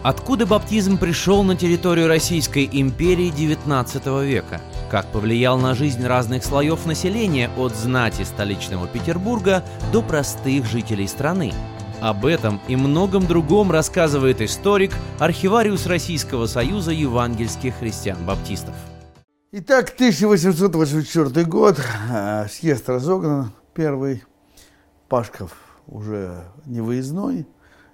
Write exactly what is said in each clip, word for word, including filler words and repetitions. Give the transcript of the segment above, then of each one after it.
Откуда баптизм пришел на территорию Российской империи девятнадцатого века? Как повлиял на жизнь разных слоев населения от знати столичного Петербурга до простых жителей страны? Об этом и многом другом рассказывает историк, архивариус Российского союза евангельских христиан-баптистов. Итак, тысяча восемьсот восемьдесят четвёртый год, съезд разогнан первый, Пашков уже не выездной.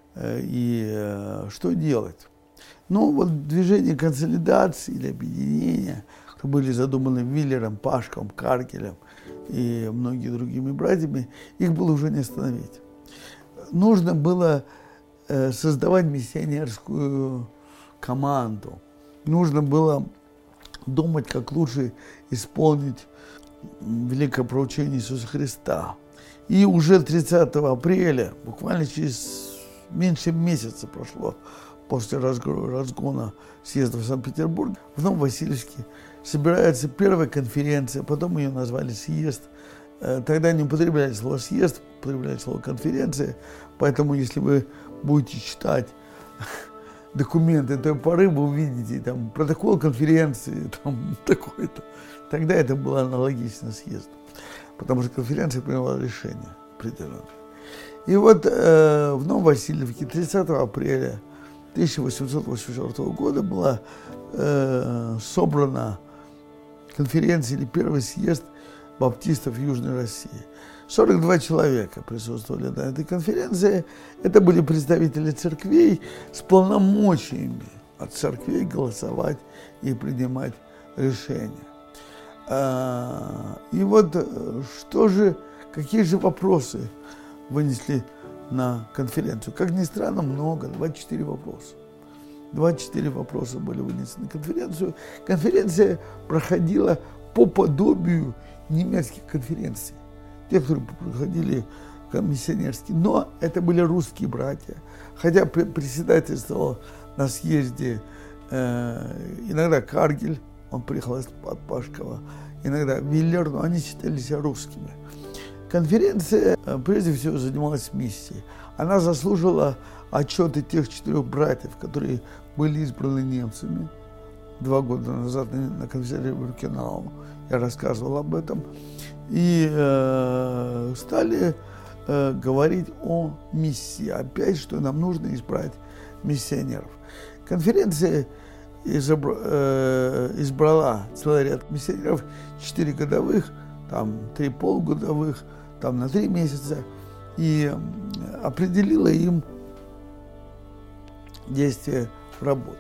И что делать? Ну, вот движение консолидации или объединения, которые были задуманы Виллером, Пашковым, Каргелем и многими другими братьями, их было уже не остановить. Нужно было создавать миссионерскую команду. Нужно было думать, как лучше исполнить великое поручение Иисуса Христа. И уже тридцатого апреля, буквально через меньше месяца прошло после разгона съезда в Санкт-Петербург, в Нововасильевске собирается первая конференция, потом ее назвали съезд. Тогда не употребляли слово съезд, употребляли слово конференция, поэтому если вы будете читать документы той поры, вы увидите там протокол конференции, там такой-то. Тогда это было аналогично съезду, потому что конференция приняла решение определенное. И вот э, в Нововасильевке тридцатого апреля тысяча восемьсот восемьдесят четвёртого года была э, собрана конференция или первый съезд баптистов Южной России. сорок два человека присутствовали на этой конференции. Это были представители церквей с полномочиями от церквей голосовать и принимать решения. А, и вот что же, какие же вопросы вынесли на конференцию? Как ни странно, много, двадцать четыре вопроса. двадцать четыре вопроса были вынесены на конференцию. Конференция проходила по подобию немецких конференций. Те, которые проходили миссионерские. Но это были русские братья. Хотя председательствовал на съезде э, иногда Каргель, он приехал от Пашкова, иногда Виллер, но они считали себя русскими. Конференция, прежде всего, занималась миссией. Она заслужила отчеты тех четырех братьев, которые были избраны немцами два года назад на конференции в Рюкенау. Я рассказывал об этом. И э, стали э, говорить о миссии. Опять, что нам нужно избрать миссионеров. Конференция избра, э, избрала целый ряд миссионеров, четыре годовых, там три полугодовых, там на три месяца, и определила им действие работы.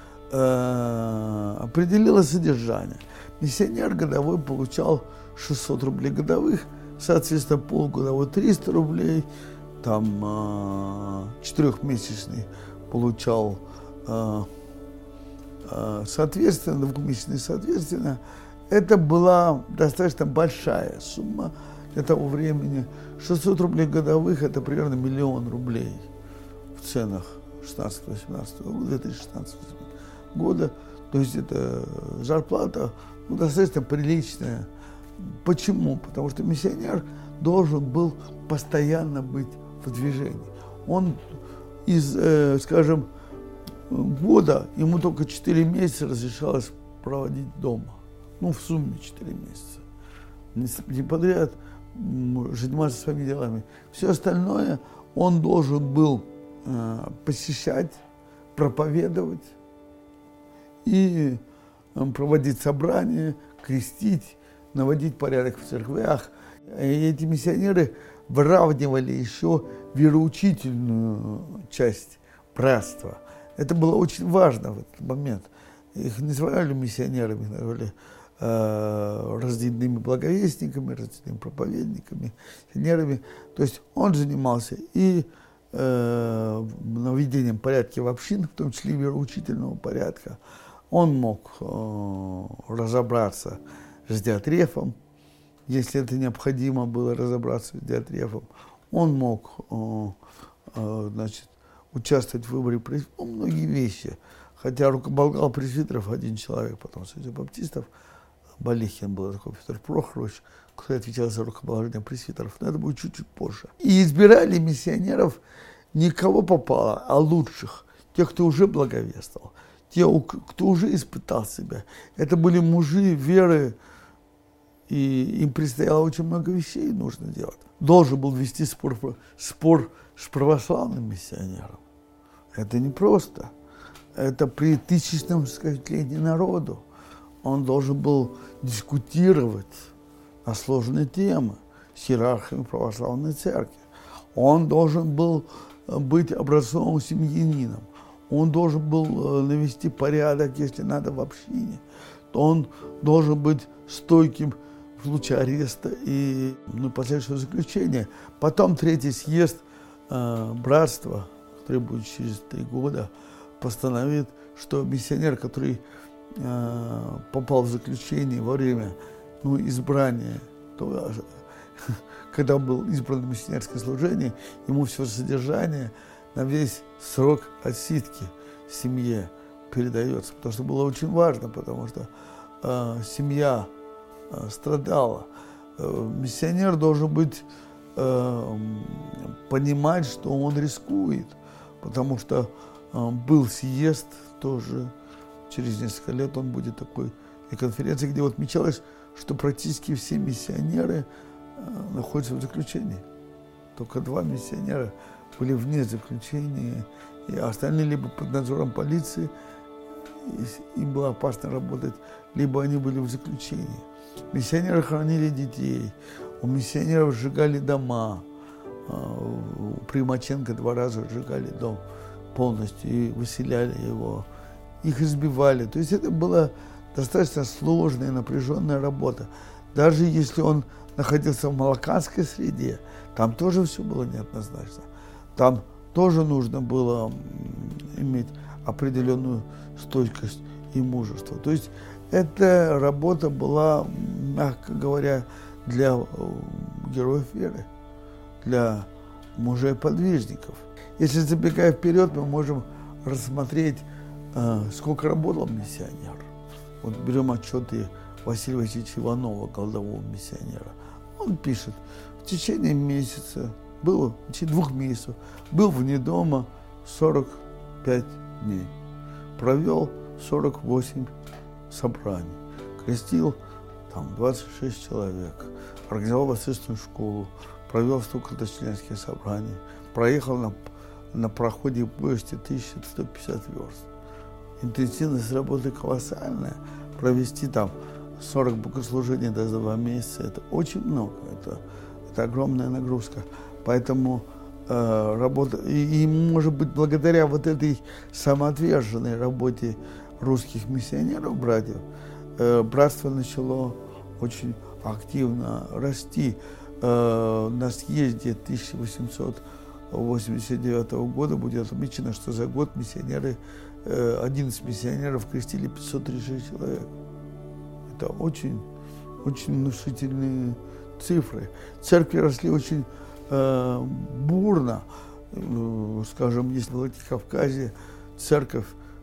Э, определила содержание. Миссионер годовой получал шестьсот рублей годовых, соответственно, полугодовой триста рублей, там э, четырехмесячный получал э, э, соответственно, двухмесячный соответственно. Это была достаточно большая сумма для того времени. шестьсот рублей годовых – это примерно миллион рублей в ценах шестнадцатого-восемнадцатого года, две тысячи шестнадцатого года. То есть это зарплата ну, достаточно приличная. Почему? Потому что миссионер должен был постоянно быть в движении. Он из, э, скажем, года, ему только четыре месяца разрешалось проводить дома. Ну, в сумме четыре месяца. Не, не подряд заниматься своими делами. Все остальное он должен был э, посещать, проповедовать и э, проводить собрания, крестить, наводить порядок в церквях. И эти миссионеры выравнивали еще вероучительную часть братства. Это было очень важно в этот момент. Их не называли миссионерами, их называли э, раздельными благовестниками, раздельными проповедниками, миссионерами. То есть он занимался и э, наведением порядка в общинах, в том числе и вероучительного порядка. Он мог э, разобраться с диатрефом, если это необходимо было разобраться с диатрефом. Он мог э, э, значит, участвовать в выборе пресвитеров, ну, многие вещи. Хотя рукополагал пресвитеров один человек, потом среди баптистов, Балихин был такой, Петр Прохорович, который отвечал за рукоположение пресвитеров, но это будет чуть-чуть позже. И избирали миссионеров не кого попало, а лучших, те, кто уже благовествовал, те, кто уже испытал себя. Это были мужи веры, и им предстояло очень много вещей нужно делать. Должен был вести спор, спор с православным миссионером. Это непросто. Это при тысячном скоплении народу. Он должен был дискутировать на сложные темы с иерархами православной церкви. Он должен был быть образцовым семьянином. Он должен был навести порядок, если надо, в общине. Он должен быть стойким в случае ареста и ну, последующего заключения. Потом Третий съезд э, братства, который будет через три года, постановит, что миссионер, который э, попал в заключение во время ну, избрания, то, когда он был избран в миссионерское служение, ему все содержание на весь срок отсидки семье передается. Потому что было очень важно, потому что э, семья э, страдала. Э, миссионер должен быть, э, понимать, что он рискует, потому что э, был съезд тоже, через несколько лет он будет такой и конференции, где вот отмечалось, что практически все миссионеры э, находятся в заключении. Только два миссионера были вне заключения, и остальные либо под надзором полиции, им было опасно работать, либо они были в заключении. Миссионеры хоронили детей, у миссионеров сжигали дома. У Примаченко два раза сжигали дом полностью и выселяли его. Их избивали. То есть это была достаточно сложная, напряженная работа. Даже если он находился в молоканской среде, там тоже все было неоднозначно. Там тоже нужно было иметь определенную стойкость и мужество. То есть эта работа была, мягко говоря, для героев веры, для мужей-подвижников. Если забегая вперед, мы можем рассмотреть, сколько работал миссионер. Вот берем отчеты Василия Васильевича Иванова, голодового миссионера. Он пишет, в течение месяца, было, в течение двух месяцев, был вне дома сорок пять дней. Провел сорок восемь собраний. Крестил там двадцать шесть человек. Организовал воскресную школу. Провел столько-то членских собраний. Проехал на, на проходе в поезде тысяча сто пятьдесят верст. Интенсивность работы колоссальная. Провести там сорок богослужений за два месяца, это очень много. Это, это огромная нагрузка. Поэтому э, работа, и, и, может быть, благодаря вот этой самоотверженной работе русских миссионеров, братьев, э, братство начало очень активно расти. Э, на съезде тысяча восемьсот восемьдесят девятого года будет отмечено, что за год миссионеры, э, одиннадцать миссионеров крестили пятьсот тридцать шесть человек. Это очень, очень внушительные цифры. Церкви росли очень э, бурно. Э, скажем, если в Владикавказе церковь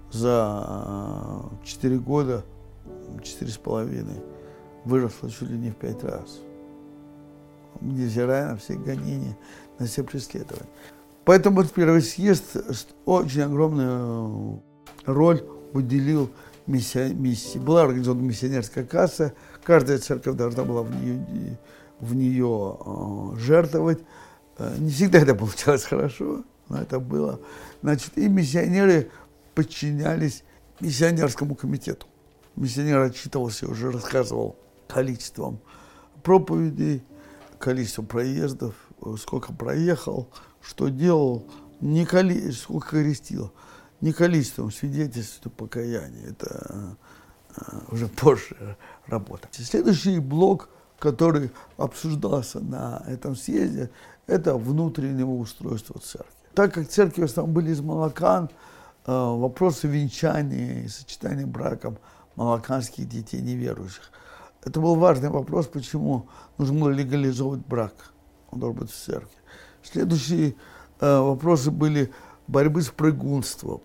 за четыре года, четыре с половиной, выросла чуть ли не в пять раз, невзирая на все гонения, на все преследования. Поэтому вот первый съезд очень огромную роль уделил миссии. миссии. Была организована миссионерская касса, каждая церковь должна была в нее, в нее э, жертвовать. Не всегда это получалось хорошо, но это было. Значит, и миссионеры подчинялись миссионерскому комитету. Миссионер отчитывался, уже рассказывал количеством проповедей, количеством проездов, сколько проехал, что делал, не коли... сколько крестил, не количеством свидетельств покаяния. Это э, уже позже работа. Следующий блок, который обсуждался на этом съезде, это внутреннего устройства церкви. Так как церкви в основном были из молокан, э, вопросы венчания и сочетания браком молоканских детей неверующих. Это был важный вопрос, почему нужно было легализовать брак. Он должен быть в церкви. Следующие э, вопросы были борьбы с прыгунством.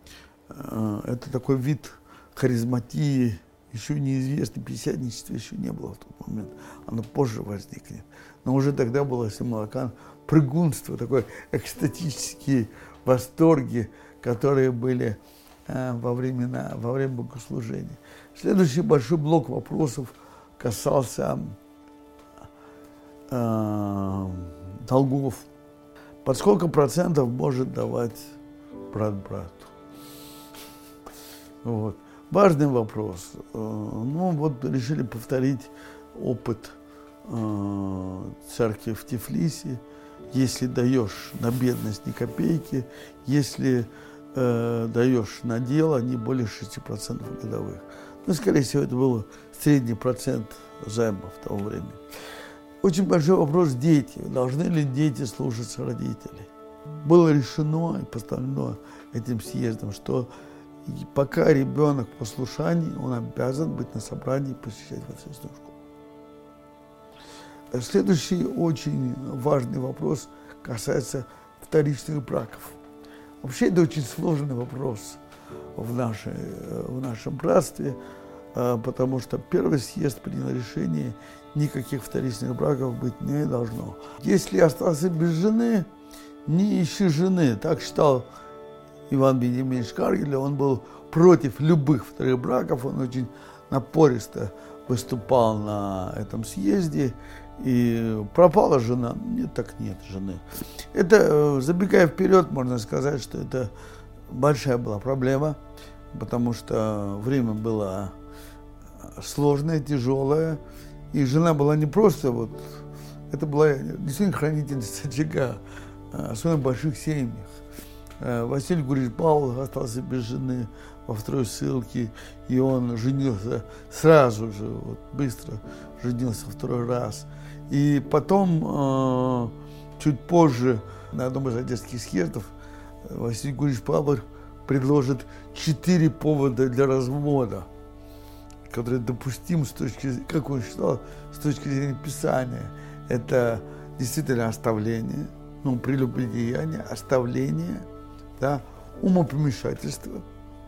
Э, это такой вид харизматии, еще неизвестный, пятидесятничества еще не было в тот момент. Оно позже возникнет. Но уже тогда было, если молокан, прыгунство, такое экстатические восторги, которые были э, во, времена, во время богослужения. Следующий большой блок вопросов касался э, долгов. Под сколько процентов может давать брат брату? Вот. Важный вопрос. Ну вот решили повторить опыт э, церкви в Тифлисе. Если даешь на бедность ни копейки, если э, даешь на дело не более шести процентов годовых. Ну, скорее всего, это был средний процент займов того времени. Очень большой вопрос дети. Должны ли дети слушаться родителей? Было решено и постановлено этим съездом, что пока ребенок в послушании, он обязан быть на собрании и посещать воскресную школу. Следующий очень важный вопрос касается вторичных браков. Вообще это очень сложный вопрос в, нашей, в нашем братстве, потому что первый съезд принял решение, никаких вторичных браков быть не должно. Если остался без жены, не ищи жены. Так считал Иван Беньяминович Каргеля. Он был против любых вторых браков, он очень напористо выступал на этом съезде. И пропала жена. Нет, так нет жены. Это, забегая вперед, можно сказать, что это большая была проблема, потому что время было сложное, тяжелое, и жена была не просто вот, это была действительно хранительница очага, особенно в больших семьях. Василий Гурьевич Павлов остался без жены во второй ссылке, и он женился сразу же, вот, быстро женился второй раз. И потом, чуть позже, на одном из одесских съездов, Василий Гурьевич Павлов предложит четыре повода для развода, которые допустимы с точки, как он считал, с точки зрения Писания. Это действительно оставление, ну, прелюбодеяние, оставление, да, умопомешательство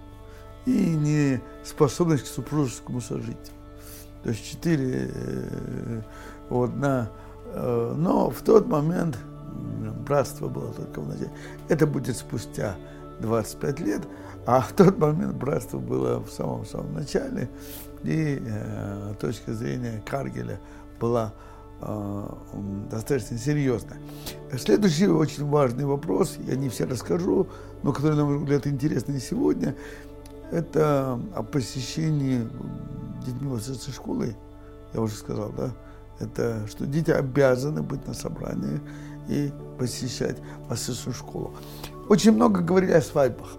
и неспособность к супружескому сожитию. То есть четыре, вот, на, но в тот момент братство было только в начале. Это будет спустя двадцать пять лет, а в тот момент братство было в самом-самом начале, и э, точка зрения Каргеля была э, достаточно серьезная. Следующий очень важный вопрос, я не все расскажу, но который, на мой взгляд, интересный сегодня, это о посещении детьми воскресной школы. Я уже сказал, да? Это что дети обязаны быть на собрании и посещать воскресную школу. Очень много говорили о свадьбах.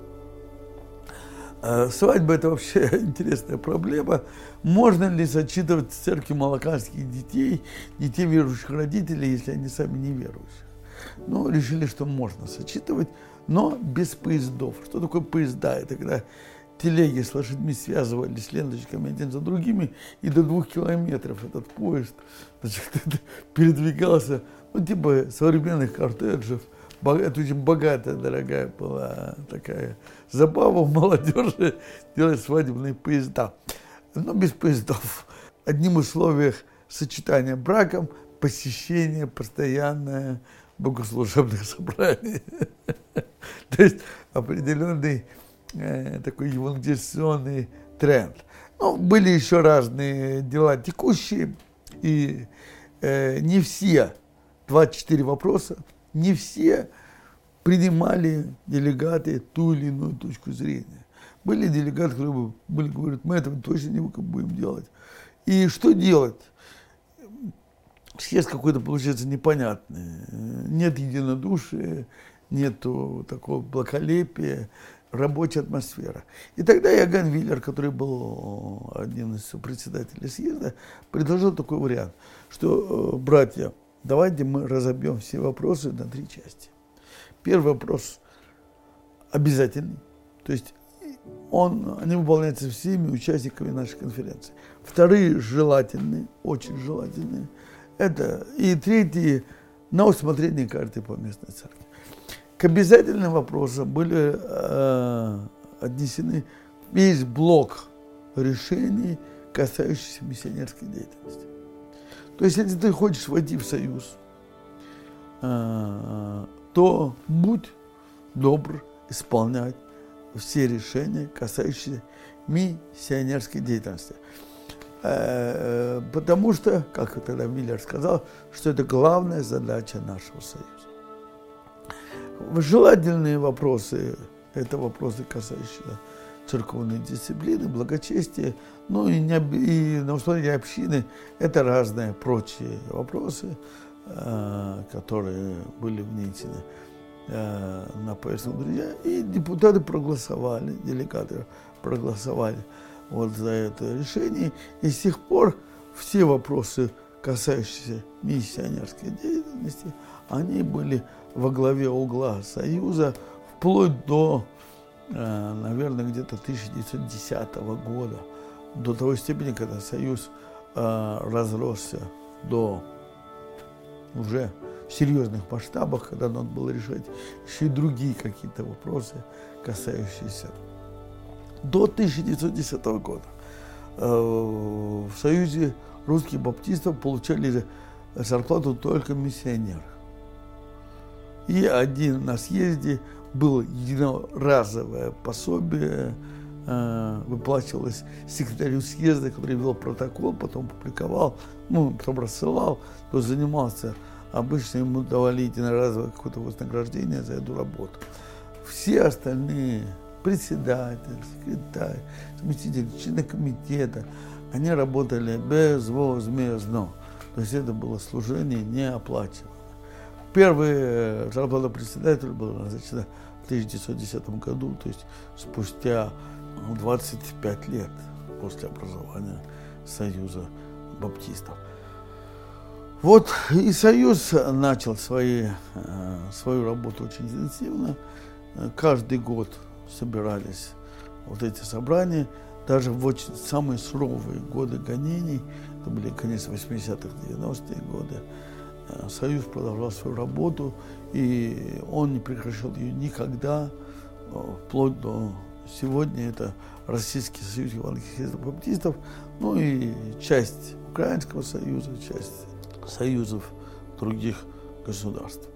Свадьба – это вообще интересная проблема. Можно ли зачитывать в церкви малоканских детей, детей верующих родителей, если они сами не верующие? Ну, решили, что можно сочетывать, но без поездов. Что такое поезда? Это когда телеги с лошадьми связывались ленточками один за другими, и до двух километров этот поезд, значит, передвигался, ну, типа современных кортеджев. Это очень богатая, дорогая была такая забава в молодежи делать свадебные поезда. Но без поездов. Одним условием сочетания браком посещение постоянное богослужебных собраний. То есть определенный э, такой евангелизационный тренд. Но были еще разные дела текущие, и э, не все, двадцать четыре вопроса, не все принимали делегаты ту или иную точку зрения. Были делегаты, которые были, говорят, мы этого точно не будем делать. И что делать? Съезд какой-то получается непонятный. Нет единодушия, нету такого благолепия, рабочая атмосфера. И тогда Иоганн Виллер, который был одним из председателей съезда, предложил такой вариант, что, братья, давайте мы разобьем все вопросы на три части. Первый вопрос обязательный, то есть он, они выполняются всеми участниками нашей конференции. Вторые желательные, очень желательные. Это, и третьи на усмотрение каждой поместной церкви. К обязательным вопросам были э, отнесены весь блок решений, касающихся миссионерской деятельности. То есть, если ты хочешь войти в союз, э, то будь добр исполнять все решения, касающиеся миссионерской деятельности. Потому что, как тогда Миллер сказал, что это главная задача нашего союза. Желательные вопросы – это вопросы, касающиеся церковной дисциплины, благочестия, ну и, не, и на условии общины – это разные прочие вопросы, которые были внесены на повестку дня, и депутаты проголосовали, делегаты проголосовали вот за это решение, и с тех пор все вопросы, касающиеся миссионерской деятельности, они были во главе угла Союза вплоть до, наверное, где-то тысяча девятьсот десятого года, до той степени, когда Союз разросся до уже серьезных масштабах, когда надо было решать еще и другие какие-то вопросы, касающиеся. До тысяча девятьсот десятого года в Союзе русских баптистов получали зарплату только миссионеры. И один на съезде было единоразовое пособие, выплачивалось секретарю съезда, который вел протокол, потом публиковал, ну, потом рассылал, то занимался. Обычно ему давали единоразовое какое-то вознаграждение за эту работу. Все остальные, председатель, секретарь, заместитель члены комитета, они работали безвозмездно. То есть это было служение неоплачиваемое. Первая зарплата председателя была назначена в тысяча девятьсот десятом году, то есть спустя двадцать пять лет после образования Союза баптистов. Вот и Союз начал свои, свою работу очень интенсивно. Каждый год собирались вот эти собрания. Даже в очень самые суровые годы гонений, это были конец восьмидесятых, девяностые годы, Союз продолжал свою работу, и он не прекращал ее никогда, вплоть до сегодня. Это Российский союз евангельских баптистов, ну и часть Украинского союза, часть союзов других государств.